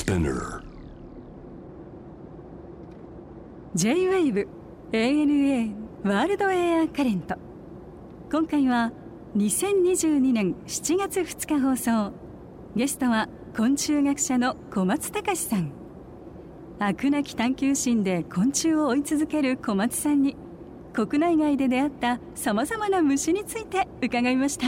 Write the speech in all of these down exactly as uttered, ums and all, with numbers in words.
Spinner J-ウェーブ エーエヌエー ワールドエアカレント。今回はにせんにじゅうにねんしちがつふつか放送。ゲストは昆虫学者の小松隆さん。飽くなき探求心で昆虫を追い続ける小松さんに、国内外で出会ったさまざまな虫について伺いました。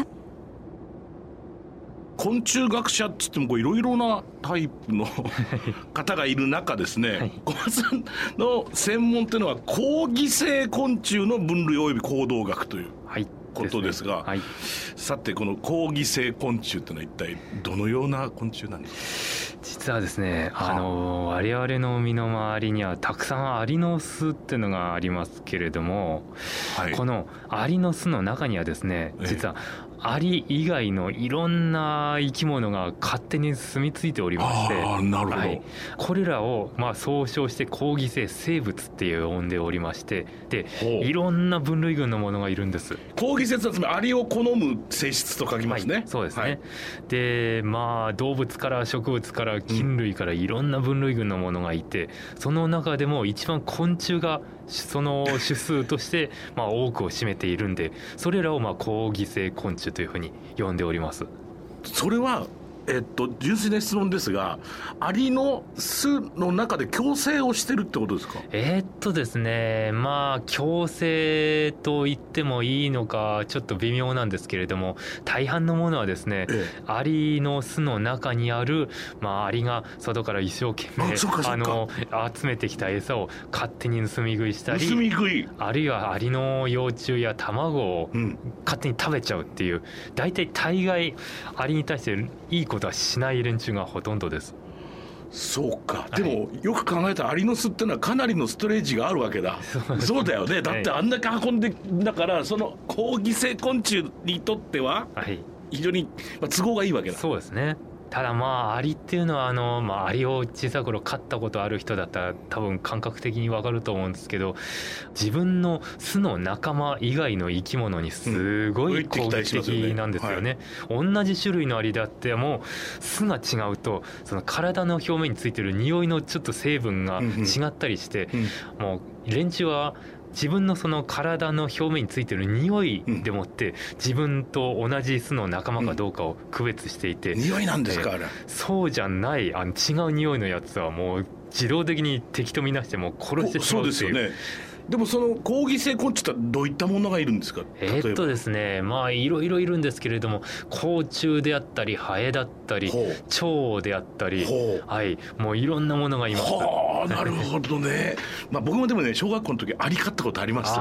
昆虫学者って言ってもいろいろなタイプの方がいる中ですね、はい、小松さんの専門というのは好擬性昆虫の分類及び行動学ということですが、はいですね、はい、さてこの好擬性昆虫というのは一体どのような昆虫なんですか？ 実はですね、あの我々の身の回りにはたくさんアリの巣っていうのがありますけれども、はい、このアリの巣の中にはですね、実はアリ以外のいろんな生き物が勝手に住み着いておりまして、 あ、なるほど、はい、 これらをまあ総称して好擬性生物って呼んでおりまして、でいろんな分類群のものがいるんです。 好擬性はつまりアリを好む性質と書きますね、はい、 そうですね、 はい、 でまあ動物から植物から菌類からいろんな分類群のものがいて、その中でも一番昆虫がその種数としてまあ多くを占めているんで、それらをまあ好擬性昆虫というふうに呼んでおります。 それはえっと、純粋な質問ですが、アリの巣の中で共生をしてるってことですか？ えー、っとですねまあ共生と言ってもいいのかちょっと微妙なんですけれども、大半のものはですね、ええ、アリの巣の中にある、まあ、アリが外から一生懸命あの集めてきた餌を勝手に盗み食いしたり、 盗み食い、 あるいはアリの幼虫や卵を勝手に食べちゃうっていう、大体大概アリに対していいことことはしない連中がほとんどです。 そうか。でも、はい、よく考えたらアリの巣ってのはかなりのストレージがあるわけだ。そうそうだよね。だってあんだけ運んで、だからその好擬性昆虫にとっては非常に都合がいいわけだ。 そうですね。ただまあアリっていうのはあの、まあ、アリを小さい頃飼ったことある人だったら多分感覚的に分かると思うんですけど、自分の巣の仲間以外の生き物にすごい攻撃的なんですよね、うん、同じ種類のアリであっても巣が違うとその体の表面についてる匂いのちょっと成分が違ったりして、うんうん、もう連中は自分のその体の表面についてる匂いでもって、うん、自分と同じ巣の仲間かどうかを区別していて、 うん、匂いなんですか、あれ。 そうじゃないあの違う匂いのやつはもう自動的に敵とみなしても殺してしまうっていう。 そうですよね。でもその好擬性昆虫ってどういったものがいるんですか？ えー、っとですねまあいろいろいるんですけれども、甲虫であったりハエだったり蝶であったり、はい、もういろんなものがいます。 はあ、なるほどね。まあ僕もでもね小学校の時アリ飼ったことありました。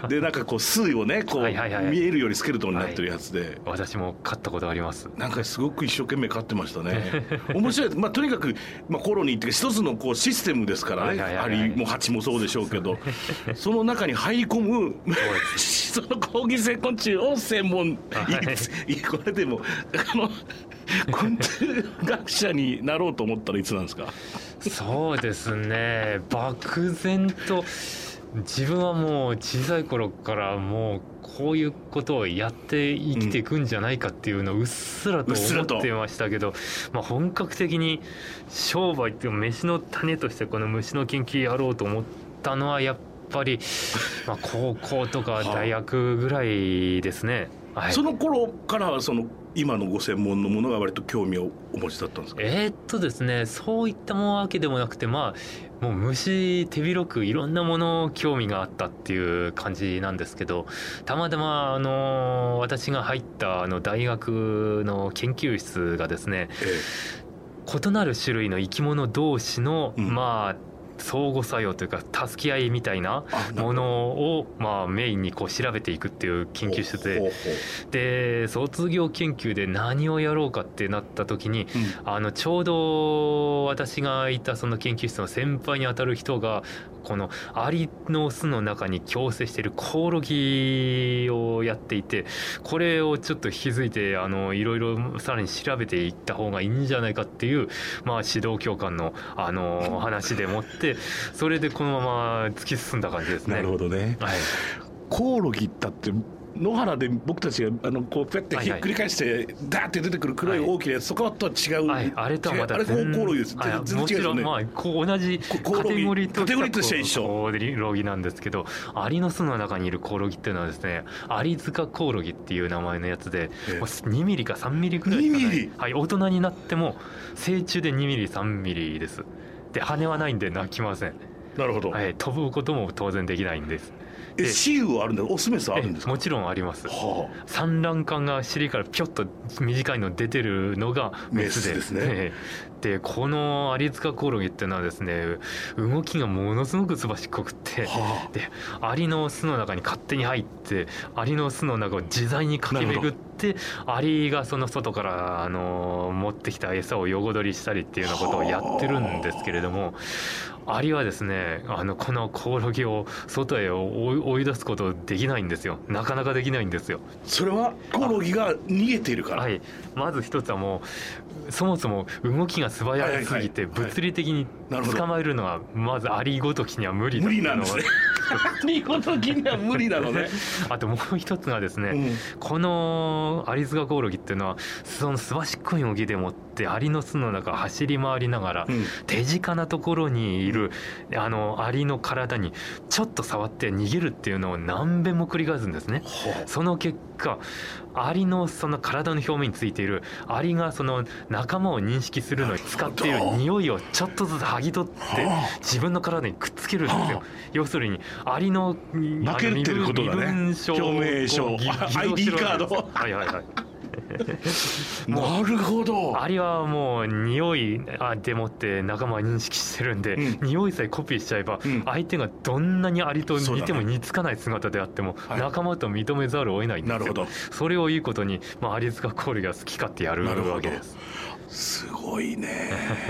でなんかこう巣をねこう、はいはいはい、見えるようにスケルトンになってるやつで、はい、 私も飼ったことあります。 なんかすごく一生懸命飼ってましたね。面白い。まあとにかく、まあ、コロニーって一つのこうシステムですからね、はいはいはいはい、アリもハチもそうでしょうけどその中に入り込むその好擬性昆虫を専門、はい、これでもあの昆虫学者になろうと思ったらいつなんですか？ そうですね漠然と自分はもう小さい頃からもうこういうことをやって生きていくんじゃないかっていうのをうっすらと思ってましたけど、うんまあ、本格的に商売っていう飯の種としてこの虫の研究やろうと思ったのはやっぱり、まあ、高校とか大学ぐらいですね、はい、 その頃からはその今のご専門のものが割と興味をお持ちだったんですか？ えー、っとですねそういったわけでもなくて、まあもう虫手広くいろんなもの興味があったっていう感じなんですけど、たまたまあの私が入ったあの大学の研究室がですね、ええ、異なる種類の生き物同士の、うん、まあ相互作用というか助け合いみたいなものをまあメインにこう調べていくっていう研究室で、で卒業研究で何をやろうかってなった時に、うん、あのちょうど私がいたその研究室の先輩にあたる人がこのアリの巣の中に共生しているコオロギをやっていて、これをちょっと引き継いであのいろいろさらに調べていった方がいいんじゃないかっていう、まあ、指導教官のあの話でもってそれでこのまま突き進んだ感じですね。 なるほどね、 はい、 コオロギだって野原で僕たちがあのこうペッてひっくり返してダーって出てくる黒い大きなやつ、はい、とかとは違う、 はい、あれとはまた全然あれコオロギです。 全然違うですよね。もちろんまあこう同じカテゴリーとしては一緒コオロギなんですけど、アリの巣の中にいるコオロギっていうのはですね、アリ塚コオロギっていう名前のやつで、えー、にミリかさんミリぐらいしかない、はい、大人になっても成虫でにミリさんミリです。で羽はないんで鳴きません。 なるほど、 はい、飛ぶことも当然できないんです。 え雌雄はあるんだ。オスメスあるんですか？ もちろんあります、 はあ、 産卵管が尻からピョッと短いの出てるのがメスで、 メスですね。 でこのアリ塚コオロギっていうのはですね、動きがものすごくすばしっこくって、はあ、でアリの巣の中に勝手に入ってアリの巣の中を自在に駆け巡って、アリがその外からあの持ってきた餌を横取りしたりっていうようなことをやってるんですけれども、アリはですね、あのこのコオロギを外へ追い出すことできないんですよ。なかなかできないんですよ。 それはコオロギが逃げているから。 はい、まず一つはもうそもそも動きが素早すぎて物理的に捕まえるのはまずアリごときには無理だっていうのが無理なんですね。アリごときには無理なのね。 あともう一つがですね、うん、このアリ塚コオロギっていうのはそのすばしっこい動きでもってアリの巣の中を走り回りながら、うん、手近なところにいる、うん、あのアリの体にちょっと触って逃げるっていうのを何遍も繰り返すんですね。その結果アリのその体の表面についているアリがその仲間を認識するのに使っている匂いをちょっとずつ剥ぎ取って自分の体にくっつけるんですよ。要するにアリの負けてることがね、 身分証表明書 アイディー カードはいはいはいなるほど。 アリはもう匂いでもって仲間を認識してるんで、うん、匂いさえコピーしちゃえば、うん、相手がどんなにアリと似ても似つかない姿であっても、ね、仲間と認めざるを得ないんですよ。なるほど。それをいいことに、まあ、アリ塚コオロギが好き勝手やるわけです。 すごいね。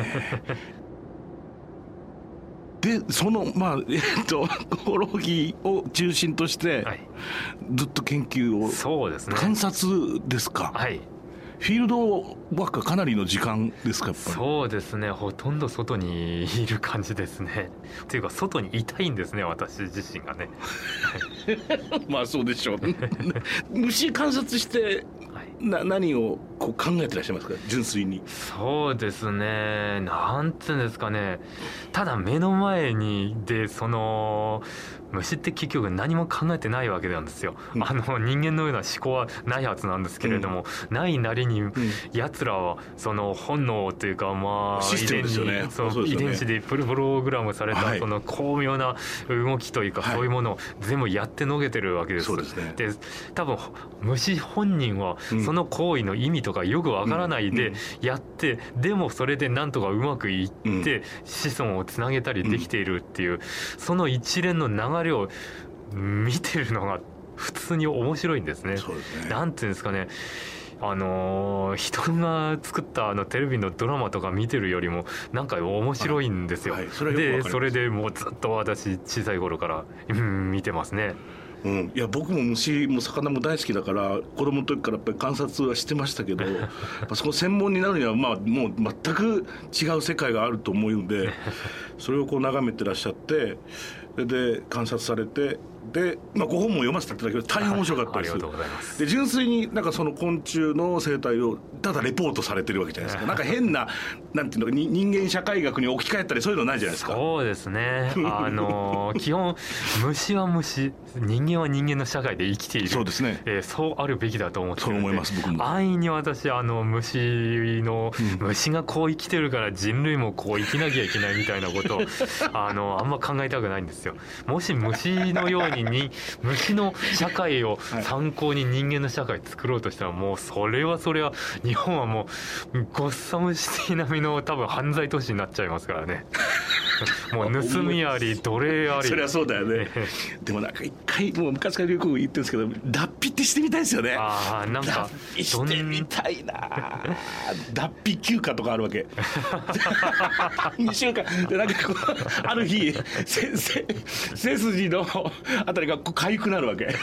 でそのまあえっとコオロギを中心としてずっと研究を、 そうですね、 観察ですか。 はい。 フィールドワークはかなりの時間ですか。やっぱりそうですね、ほとんど外にいる感じですね。というか外にいたいんですね、私自身がね。 まあそうでしょう。虫観察してな何をこう考えてらっしゃいますか、純粋に。 そうですね、なんていうんですかね、ただ目の前にでその虫って結局何も考えてないわけなんですよ、うん、あの人間のような思考はないはずなんですけれども、うん、ないなりにやつらはその本能というか、まあシステムですよね。 そうそうですよね。遺伝子でプログラムされたその巧妙な動きというか、はい、そういうものを全部やってのけてるわけです。 そうですね。で多分虫本人はその行為の意味とかよくわからないでやって、うんうん、でもそれでなんとかうまくいって子孫をつなげたりできているっていう、その一連の流れを見てるのが普通に面白いんですね。 そうですね。 なんていうんですかね、あのー、人が作ったあのテレビのドラマとか見てるよりもなんか面白いんですよ。 はいはい、それでそれでもうずっと私小さい頃から、うん、見てますね。 うん、いや僕も虫も魚も大好きだから子供の時からやっぱり観察はしてましたけどそこ専門になるにはまあもう全く違う世界があると思うんで、それをこう眺めてらっしゃって、で観察されて、で、まあ、ご本も読ませていただきました。大変面白かったです。 ありがとうございます。 で純粋になんかその昆虫の生態をただレポートされてるわけじゃないですか。なんか変ななんていうのか、人間社会学に置き換えたりそういうのないじゃないですか。 そうですね。あの基本虫は虫、人間は人間の社会で生きている。 そうですね。 えー、そうあるべきだと思ってるので。 そう思います僕も。 安易に私あの虫の、うん、虫がこう生きてるから人類もこう生きなきゃいけないみたいなことをあのあんま考えたくないんですよ。もし虫のようにに虫の社会を参考に人間の社会作ろうとしたら、もうそれはそれは日本はもうゴッサムシティ並みの多分犯罪都市になっちゃいますからね。もう盗みあり奴隷あり。 そりゃそうだよね。でもなんか一回もう昔からよく言ってるんですけど、脱皮ってしてみたいですよね。 ああ、なんか脱皮してみたいな。脱皮休暇とかあるわけ。にしゅうかんでなんかこうある日背筋のあたりがこう痒くなるわけ。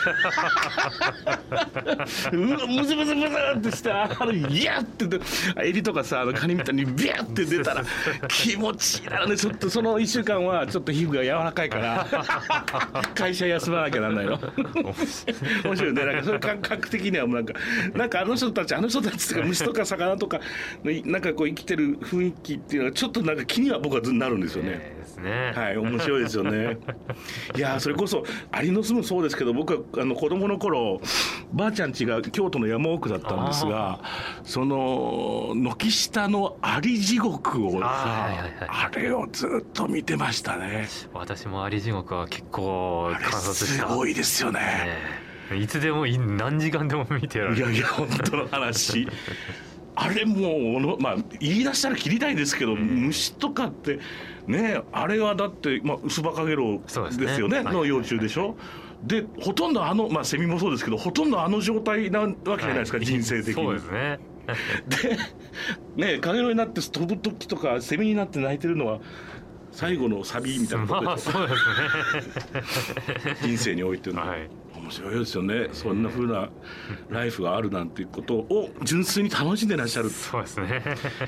うわムズムズムズってしたある日、ギャッてエビとかさ、あのカニみたいにビャッて出たら気持ちいいなのね。ちょっとそそのいっしゅうかんはちょっと皮膚が柔らかいから会社休まなきゃなんないの面白いね。なんかそれ感覚的にはもうなんかなんかあの人たちあの人たちとか虫とか魚とかなんかこう生きてる雰囲気っていうのはちょっとなんか気には僕はずっとなるんですよね。 ですね。 はい、面白いですよね。いやそれこそアリの巣もそうですけど、僕はあの子供の頃ばあちゃん家が京都の山奥だったんですが、その軒下のアリ地獄をさ あ,、はいはいはい、あれをずっと見てましたね。 私もアリ地獄は結構観察した。 すごいですよね。 ね、いつでも何時間でも見てられる。 いやいや本当の話あれもう、まあ、言い出したら切りたいですけど、うん、虫とかってね、あれはだって、まあ、ウスバカゲロウですよね、の幼虫でしょ。でほとんどあの、まあ、セミもそうですけどほとんどあの状態なわけじゃないですか、はい、人生的に。 そうですねでね、カゲロウになって飛ぶ時とかセミになって鳴いてるのは最後のサビみたいなことですよ、 まあ、そうですね人生においての、はい、面白いですよね。そんな風なライフがあるなんていうことを純粋に楽しんでらっしゃる。 そうですね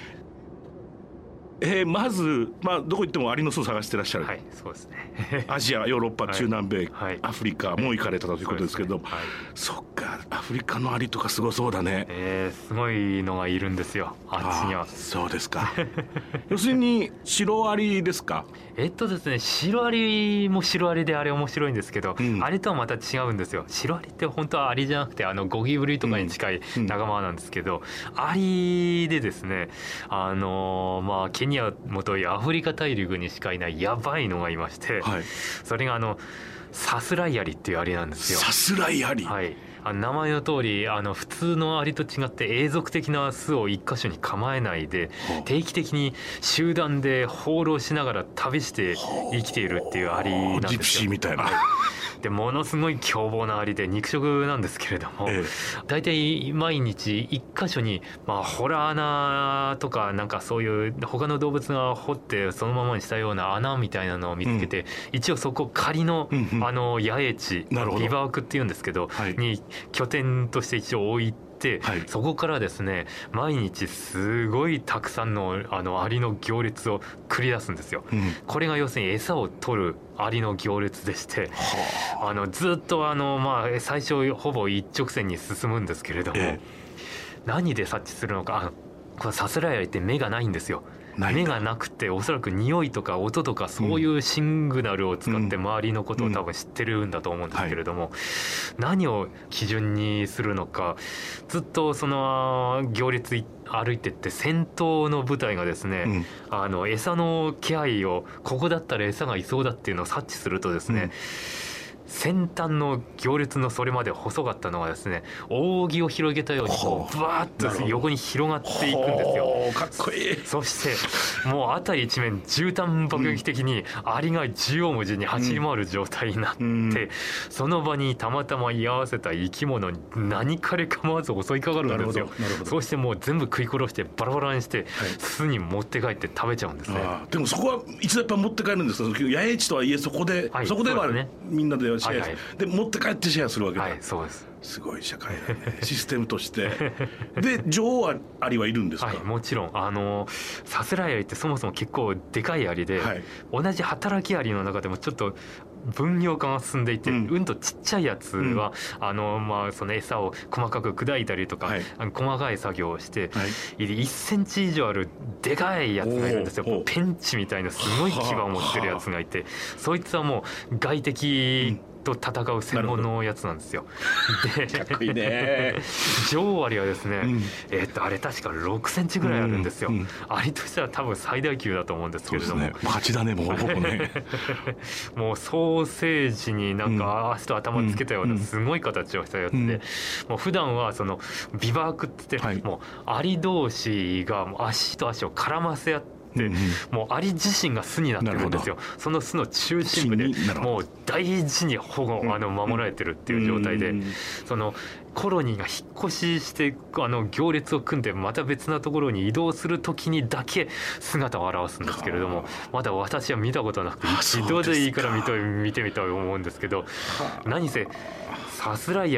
えー、まず、まあ、どこ行ってもアリの巣を探してらっしゃる、 はい、そうですねアジア、ヨーロッパ、中南米、 はい、 アフリカも行かれたということですけど、そ, ね、はい、そっか、アフリカのアリとかすごそうだね。 えー、すごいのがいるんですよ、あっちには。 そうですか要するにシロアリですか。 えっとですね、シロアリもシロアリであれ面白いんですけど、うん、あれとはまた違うんですよ。シロアリって本当はアリじゃなくてあのゴキブリとかに近い仲間なんですけど、うんうん、アリでですね、あのー、まあケニアもといアフリカ大陸にしかいないやばいのがいまして、はい、それがあのサスライアリっていうアリなんですよ。 サスライアリ、 はい、あの名前の通りあの普通のアリと違って永続的な巣を一箇所に構えないで、定期的に集団で放浪しながら旅して生きているっていうアリなんですよ。 ジプシーみたいな、はいでものすごい凶暴なアリで肉食なんですけれども、ええ、大体毎日一箇所に、まあ、ホラー穴とかなんかそういう他の動物が掘ってそのままにしたような穴みたいなのを見つけて、うん、一応そこ仮の、うんうん、あの野営地、ビバークっていうんですけど、はい、に拠点として一応置いて、はい、そこからですね毎日すごいたくさんのあのアリの行列を繰り出すんですよ、うん、これが要するに餌を取るアリの行列でして、あのずっとあの、まあ、最初ほぼ一直線に進むんですけれども、ええ、何で察知するのか。あのこのサスライアリって目がないんですよ。目がなくておそらく匂いとか音とかそういうシングナルを使って周りのことを多分知ってるんだと思うんですけれども、何を基準にするのか、ずっとその行列歩いてって先頭の部隊がですね、うん、あの餌の気配をここだったら餌がいそうだっていうのを察知するとですね、うん、先端の行列のそれまで細かったのがですね扇を広げたようにこうバーッと横に広がっていくんですよ。 かっこいい。 そしてもう辺り一面絨毯爆撃的にアリが縦横無尽に走り回る状態になって、うん、その場にたまたま居合わせた生き物に何彼構わず襲いかかるんですよ。そうしてもう全部食い殺してバラバラにして、はい、巣に持って帰って食べちゃうんですね。 あでもそこはいつやっぱ持って帰るんですか。野営地とはいえそこで、はい、そこでは、ね、みんなでシェア、はいはい、で持って帰ってシェアするわけだ。 はい、そうです。 すごい社会だねシステムとしてで女王はアリはいるんですか。 はい、もちろんあのサスライアリってそもそも結構でかいアリで、はい、同じ働きアリの中でもちょっと分業化が進んでいて、うん、うんとちっちゃいやつは、うん、あのまあその餌を細かく砕いたりとか、はい、あの細かい作業をして、はい、いっセンチ以上あるでかいやつがいるんですよ。ペンチみたいなすごい牙を持ってるやつがいて、そいつはもう外敵、うんと戦う専門のやつなんですよ。 でかっこいいね。 女王アリはですね、うん、えー、っとあれ確かろくセンチぐらいあるんですよ、うんうん、アリとしては多分最大級だと思うんですけれども。そうですね、 蜂だねもうほぼねもうソーセージになんか足と頭つけたようなすごい形をしたやつで、うんうん、もう普段はそのビバークって言って、はい、もうアリ同士が足と足を絡ませ合ってでうんうん、もうアリ自身が巣になってるんですよ。その巣の中心部でもう大事に保護、うん、あの守られてるっていう状態で、うん、そのコロニーが引っ越ししてあの行列を組んでまた別なところに移動する時にだけ姿を現すんですけれども、まだ私は見たことなくて一度でいいから見て見てみたいと思うんですけど、何せサスライアリって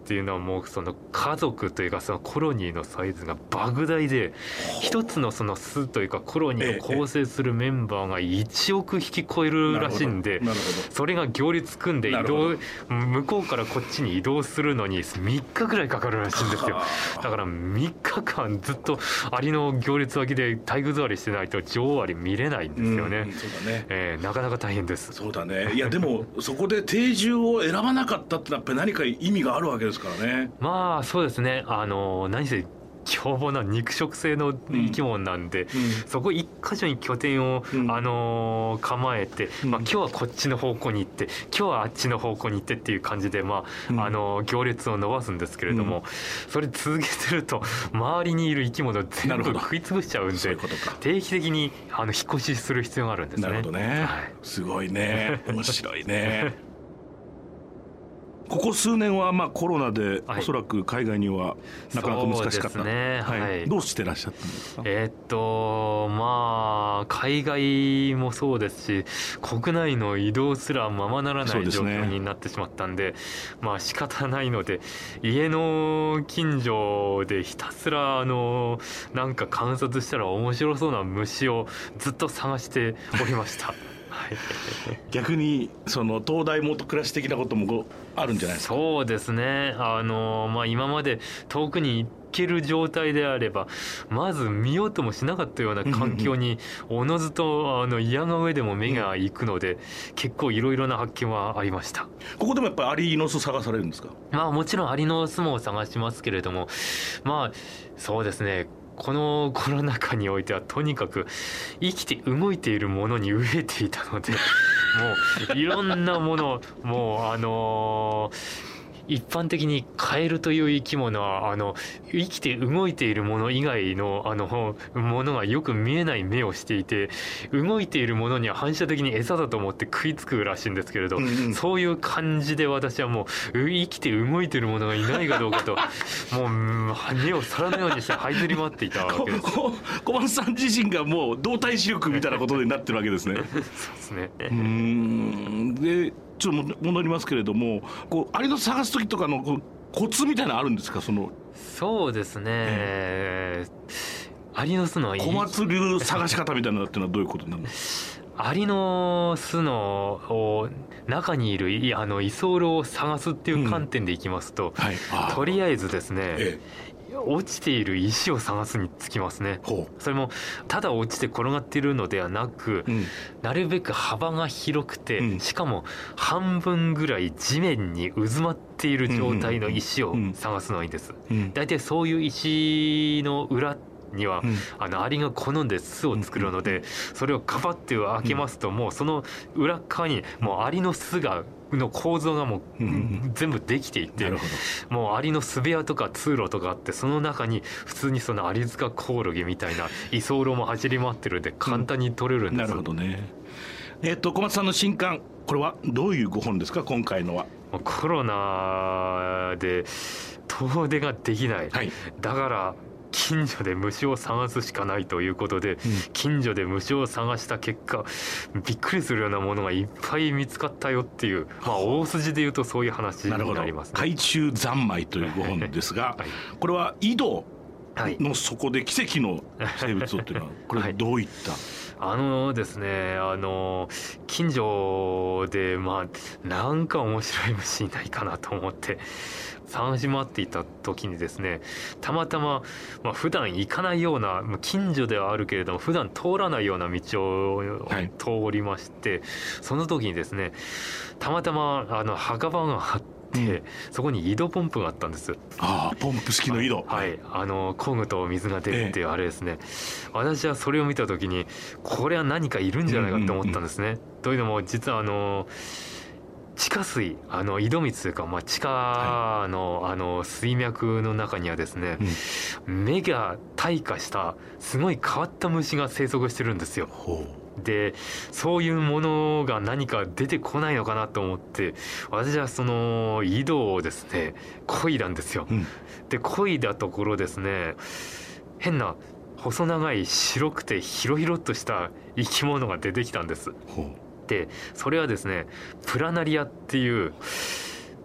っていうのはもうその家族というかそのコロニーのサイズが莫大で、一つのその巣というかコロニーを構成するメンバーがいちおく引き超えるらしいんで、それが行列組んで移動、向こうからこっちに移動するのにみっかぐらいかかるらしいんですよ。だからみっかかんずっとアリの行列脇で体育座りしてないと女王アリ見れないんですよね。うん、そうだね、えー、なかなか大変です。 そうだね。いやでもそこで定住を選ばなかったってのはやっぱり何か意味があるわけですからね。 まあそうですね。あの何せ凶暴な肉食性の生き物なんで、うんうん、そこ一箇所に拠点を、うん、あのー、構えて、まあ、今日はこっちの方向に行って今日はあっちの方向に行ってっていう感じで、まあ、うん、あのー、行列を伸ばすんですけれども、うん、それ続けてると周りにいる生き物全部食いつぶしちゃうんで、そういうことか。定期的にあの引っ越しする必要があるんですね。 なるほどね、はい、すごいね、面白いねここ数年はまあコロナでおそらく海外にはなかなか難しかった、 そうですね、はいはい、 どうしてらっしゃったんですか？ えー、っとまあ海外もそうですし国内の移動すらままならない状況になってしまったんで、まあ仕方ないので家の近所でひたすらあのなんか観察したら面白そうな虫をずっと探しておりました逆にその灯台元暮らし的なこともあるんじゃないですか？ そうですね。あの、まあ、今まで遠くに行ける状態であればまず見ようともしなかったような環境におのずとあの嫌が上でも目が行くので、うん、結構いろいろな発見はありました。 ここでもやっぱりアリの巣探されるんですか？ まあもちろんアリの巣も探しますけれども、まあそうですね、このコロナ禍においてはとにかく生きて動いているものに飢えていたのでもういろんなものもうあのー一般的にカエルという生き物はあの生きて動いているもの以外のあのものがよく見えない目をしていて、動いているものには反射的に餌だと思って食いつくらしいんですけれど、うんうん、そういう感じで私はもう生きて動いているものがいないかどうかともう目を皿のようにして這いずり回っていたわけです。 小松さん自身がもう動体視力みたいなことになってるわけですね。 そうですね。 うーんでちょっと戻りますけれども、こうアリの探す時とかのこうコツみたいなのあるんですか？そのそうですね、えー、アリの巣の小松流探し方みたいなのっていうのはどういうことなの？ アリの巣の中にいるあの居候を探すっていう観点でいきますと、うんはい、とりあえずですね、ええ落ちている石を探すにつきますね。それもただ落ちて転がっているのではなく、うん、なるべく幅が広くて、うん、しかも半分ぐらい地面に渦まっている状態の石を探すのがいいんです。だいたいそういう石の裏には、うん、あのアリが好んで巣を作るので、うん、それをカパッて開けますと、うん、もうその裏側にもうアリの巣がの構造がもう全部できていて、うん、もうアリの巣部屋とか通路とかあって、その中に普通にそのアリ塚コオロギみたいな居候も走り回ってるんで簡単に取れるんです、うん、 なるほどね。えっと小松さんの新刊、これはどういうご本ですか？今回のはコロナで遠出ができない、はい、だから近所で虫を探すしかないということで、うん、近所で虫を探した結果びっくりするようなものがいっぱい見つかったよっていう、まあ、大筋で言うとそういう話になりますね。 海中三昧というご本ですが、はい、これは井戸の底で奇跡の生物をというのはこれはどういった、はいあのですね、あの近所でまあなんか面白い虫いないかなと思って探し回っていた時にですね、たまたま、まあ、普段行かないような近所ではあるけれども普段通らないような道を通りまして、はい、その時にですねたまたまあの墓場があってで、うん、そこに井戸ポンプがあったんです。 ああ、ポンプ式の井戸。 はい、あの漕ぐと水が出るっていうあれですね、ええ、私はそれを見た時にこれは何かいるんじゃないかと思ったんですね、うんうんうん、というのも実はあの地下水あの井戸水というか、まあ、地下 の,、はい、あの水脈の中にはですね、うん、目が退化したすごい変わった虫が生息してるんですよ。ほうでそういうものが何か出てこないのかなと思って私はその井戸をですね漕いだんですよ、うん、で漕いだところですね変な細長い白くて広々とした生き物が出てきたんです。でそれはですねプラナリアっていう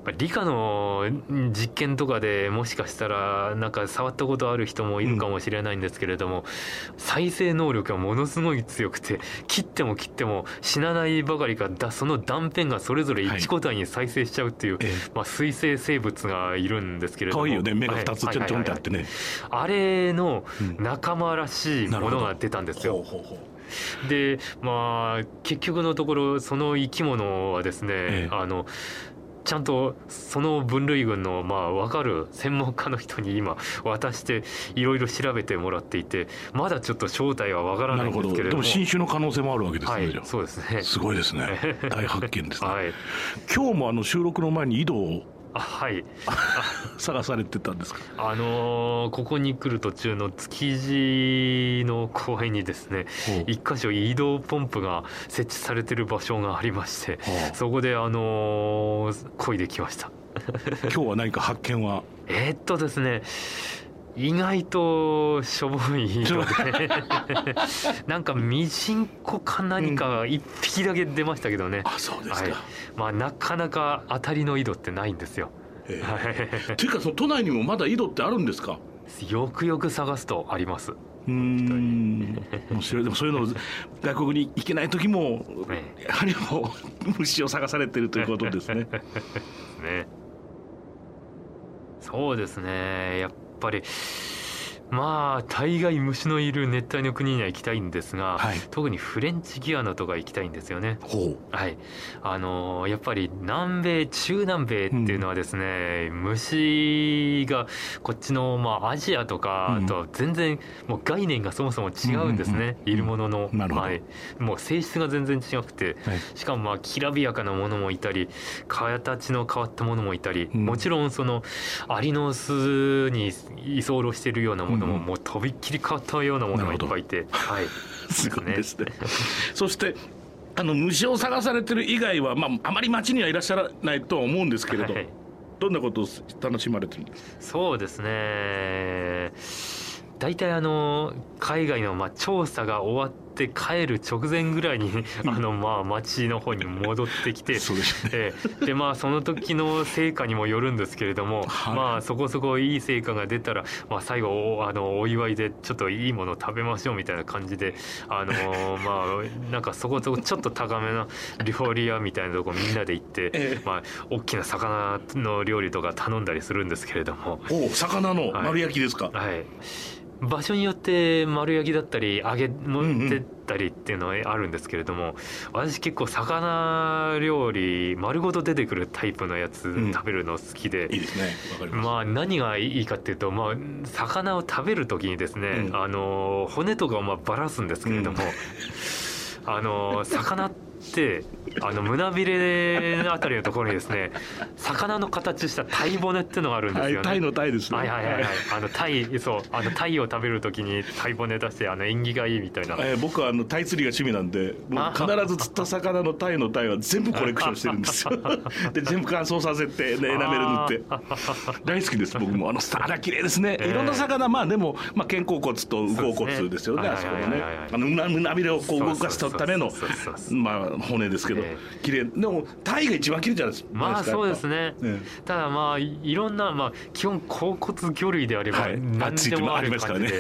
理科の実験とかでもしかしたらなんか触ったことある人もいるかもしれないんですけれども、うん、再生能力がものすごい強くて切っても切っても死なないばかりかだその断片がそれぞれいち個体に再生しちゃうっていう、はい、まあ、水生生物がいるんですけれども、 かわいいよね、目がふたつちょんちょんってあってね、 あれの仲間らしいものが出たんですよ。でまあ結局のところその生き物はですね、ええ、あのちゃんとその分類群のまあ分かる専門家の人に今渡していろいろ調べてもらっていて、まだちょっと正体は分からないんですけれども、 でも新種の可能性もあるわけですね、 はい、そうですね、 すごいですね大発見ですね、 はい、 今日もあの収録の前に井戸をあはい探されてたんですか。 あのー、ここに来る途中の築地の公園にですね一箇所移動ポンプが設置されてる場所がありまして、そこであのー、漕いできました今日は何か発見はえーっとですね意外としょぼいのでなんかミジンコか何かがいっぴきだけ出ましたけどね、 うん、あそうですか、はい、 まあ、なかなか当たりの井戸ってないんですよ。 えー、というかその都内にもまだ井戸ってあるんですか。 よくよく探すとあります。 うーん面白い。でもそういうの外国に行けない時も、やはりもう虫を探されてるということですねね。 そうですね、やっぱりまあ大概虫のいる熱帯の国には行きたいんですが、はい、特にフレンチギアナとか行きたいんですよね。 ほう、 はい、あのー、やっぱり南米中南米っていうのはですね、うん、虫がこっちの、まあ、アジアとかとは全然もう概念がそもそも違うんですね、うんうんうん、いるものの、まあ、もう性質が全然違くて、はい、しかもまあきらびやかなものもいたり形の変わったものもいたり、うん、もちろんそのアリの巣に居候しているようなものももうとびっきり変わったようなものがいっぱいいて、はい、 すごいですねそしてあの虫を探されてる以外は、まあ、あまり街にはいらっしゃらないとは思うんですけれど、はい、どんなことを楽しまれてるんですか。 そうですね、大体あの海外のまあ調査が終わって帰る直前ぐらいに、うん、あのまあ町の方に戻ってきてそうですね、 えー、でまあその時の成果にもよるんですけれども、はい、まあそこそこいい成果が出たら、まあ、最後あのお祝いでちょっといいものを食べましょうみたいな感じで、あのー、まあなんかそこそこちょっと高めな料理屋みたいなとこみんなで行って、えー、まあ大きな魚の料理とか頼んだりするんですけれども。 お魚の丸焼きですか。 はい、はい、場所によって丸焼きだったり揚げ持ってったりっていうのはあるんですけれども、うんうん、私結構魚料理丸ごと出てくるタイプのやつ食べるの好きで、 うん、いいですね。わかります。 まあ何がいいかっていうと、まあ魚を食べる時にですね、うん、あの骨とかをまあばらすんですけれども、うん、あの魚ってあの胸びれあたりのところにですね魚の形した鯛骨っていうのがあるんですよね。 鯛の鯛ですね。 はいはいはい、はい、あの鯛そうあの鯛を食べるときに鯛骨出してあの縁起がいいみたいな、 えー、僕はあの鯛釣りが趣味なんでもう必ず釣った魚の鯛の鯛は全部コレクションしてるんですよで全部乾燥させて、ね、エナメル塗って大好きです僕も。あのあら綺麗ですね、えー、いろんな魚、まあでも、まあ、肩甲骨と右甲骨ですよね、あそこのねあの胸びれをこう動かすためのまあ骨ですけど、えー、綺麗でもタイが一番綺麗じゃないですか。 まあそうですね、ええ、ただまあいろんな、まあ、基本甲骨魚類であれば何でもある感じで、はい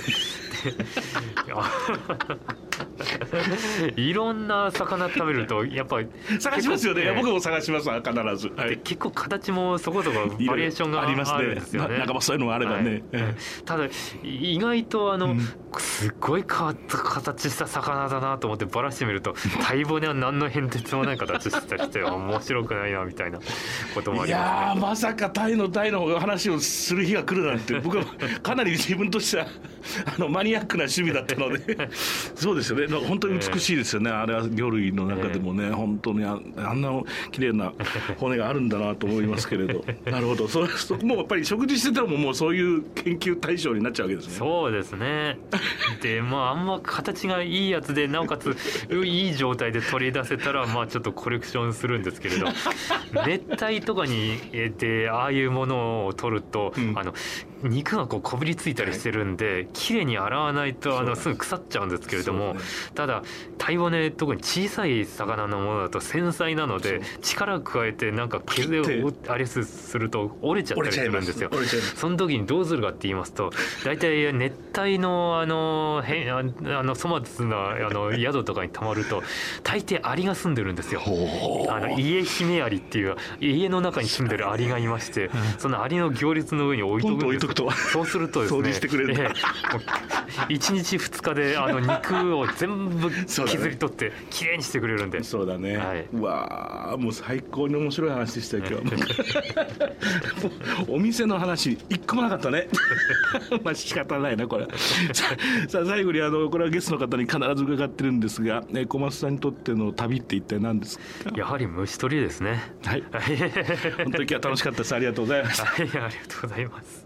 いろんな魚食べるとやっぱり探しますよね。いや僕も探します必ず、 はい、で結構形もそこそこバリエーションがあるんですよね。 なんかそういうのがあればね、はい、 ただ意外とあの、うん、すごい変わった形した魚だなと思ってバラしてみると鯛骨は何の変哲もない形してたりして面白くないなみたいなこともあります、ね、 いやーまさか鯛の鯛の話をする日が来るなんて僕はかなり自分としてはあのマニアックな趣味だったのでそうですよね。本当に美しいですよね、えー、あれは魚類の中でもね、えー、本当に あ, あんな綺麗な骨があるんだなと思いますけれどなるほど。そそもうやっぱり食事してたらもうそういう研究対象になっちゃうわけですね。 そうですね。でまああんま形がいいやつでなおかついい状態で取り出せたらまあちょっとコレクションするんですけれど熱帯とかにでああいうものを取ると、うん、あの肉がこうこびりついたりしてるんで、はい、きれいに洗わないとあのすぐ腐っちゃうんですけれども、ね、ただタイワネ特に小さい魚のものだと繊細なので力を加えてなんか削りをあれすると折れちゃったりするんですよ。その時にどうするかって言いますと、大体熱帯のあのへあの粗末なあの宿とかに泊まると大抵アリが住んでるんですよ。あの家姫アリっていう家の中に住んでるアリがいまして、そのアリの行列の上に置いとくんです。そうするとですね、いちにちふつかであの肉を全部削り取ってきれいにしてくれるんで。 そうだね、はい、うわーもう最高に面白い話でしたよ今日お店の話一個もなかったねまあ仕方ないなこれさあ最後にあのこれはゲストの方に必ず伺ってるんですが、ね、小松さんにとっての旅って一体何ですか？ やはり虫取りですね。 はい本当に今日は楽しかったです。ありがとうございました。 はい、ありがとうございます。